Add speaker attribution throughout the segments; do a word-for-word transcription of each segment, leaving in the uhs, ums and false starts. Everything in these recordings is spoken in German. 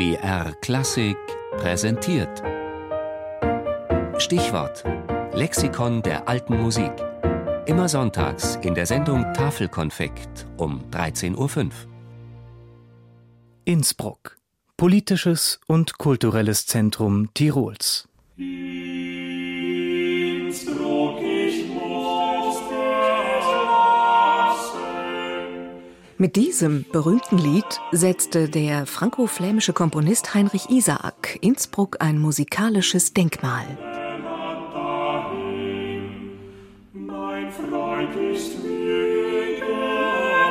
Speaker 1: B R Klassik präsentiert. Stichwort: Lexikon der alten Musik. Immer sonntags in der Sendung Tafelkonfekt um dreizehn Uhr fünf.
Speaker 2: Innsbruck, politisches und kulturelles Zentrum Tirols.
Speaker 3: Innsbruck, ich muss dir lassen.
Speaker 4: Mit diesem berühmten Lied setzte der franko-flämische Komponist Heinrich Isaak Innsbruck ein musikalisches Denkmal.
Speaker 3: Mein Freund ist mir genommen.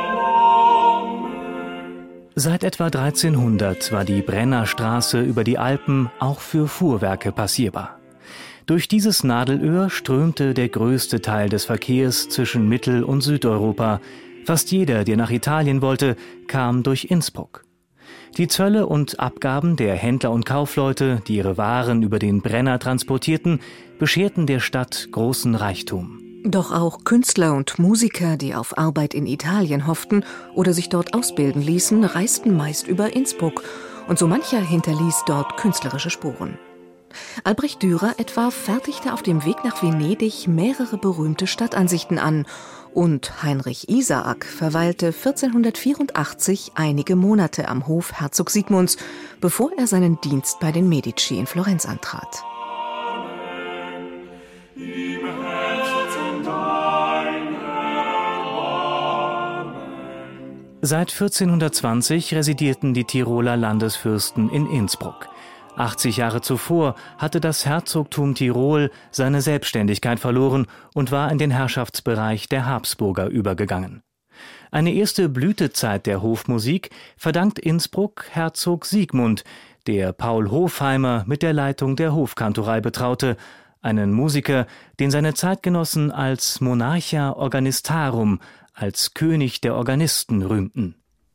Speaker 2: Seit etwa dreizehnhundert war die Brenner Straße über die Alpen auch für Fuhrwerke passierbar. Durch dieses Nadelöhr strömte der größte Teil des Verkehrs zwischen Mittel- und Südeuropa. Fast jeder, der nach Italien wollte, kam durch Innsbruck. Die Zölle und Abgaben der Händler und Kaufleute, die ihre Waren über den Brenner transportierten, bescherten der Stadt großen Reichtum.
Speaker 4: Doch auch Künstler und Musiker, die auf Arbeit in Italien hofften oder sich dort ausbilden ließen, reisten meist über Innsbruck, und so mancher hinterließ dort künstlerische Spuren. Albrecht Dürer etwa fertigte auf dem Weg nach Venedig mehrere berühmte Stadtansichten an, und Heinrich Isaak verweilte vierzehnhundertvierundachtzig einige Monate am Hof Herzog Sigmunds, bevor er seinen Dienst bei den Medici in Florenz antrat.
Speaker 2: Seit vierzehnhundertzwanzig residierten die Tiroler Landesfürsten in Innsbruck. achtzig Jahre zuvor hatte das Herzogtum Tirol seine Selbstständigkeit verloren und war in den Herrschaftsbereich der Habsburger übergegangen. Eine erste Blütezeit der Hofmusik verdankt Innsbruck Herzog Sigmund, der Paul Hofheimer mit der Leitung der Hofkantorei betraute, einen Musiker, den seine Zeitgenossen als Monarcha Organistarum, als König der Organisten rühmten.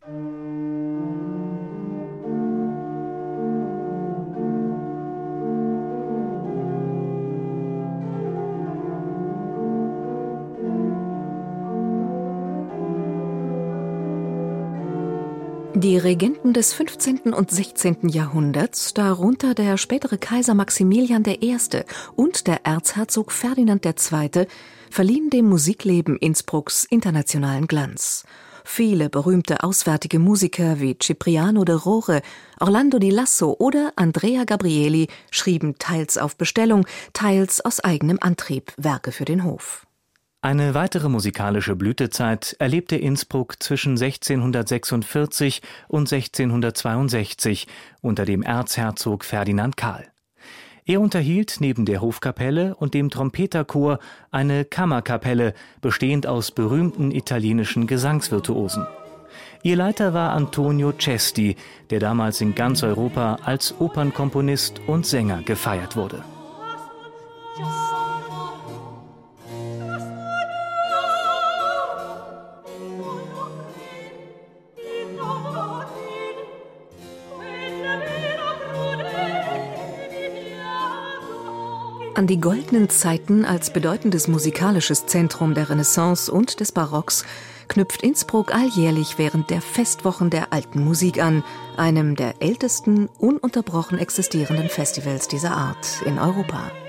Speaker 4: Die Regenten des fünfzehnten und sechzehnten Jahrhunderts, darunter der spätere Kaiser Maximilian der Erste und der Erzherzog Ferdinand der Zweite, verliehen dem Musikleben Innsbrucks internationalen Glanz. Viele berühmte auswärtige Musiker wie Cipriano de Rore, Orlando di Lasso oder Andrea Gabrieli schrieben teils auf Bestellung, teils aus eigenem Antrieb Werke für den Hof.
Speaker 2: Eine weitere musikalische Blütezeit erlebte Innsbruck zwischen sechzehnhundertsechsundvierzig und sechzehnhundertzweiundsechzig unter dem Erzherzog Ferdinand Karl. Er unterhielt neben der Hofkapelle und dem Trompeterchor eine Kammerkapelle, bestehend aus berühmten italienischen Gesangsvirtuosen. Ihr Leiter war Antonio Cesti, der damals in ganz Europa als Opernkomponist und Sänger gefeiert wurde.
Speaker 4: An die goldenen Zeiten als bedeutendes musikalisches Zentrum der Renaissance und des Barocks knüpft Innsbruck alljährlich während der Festwochen der alten Musik an, einem der ältesten, ununterbrochen existierenden Festivals dieser Art in Europa.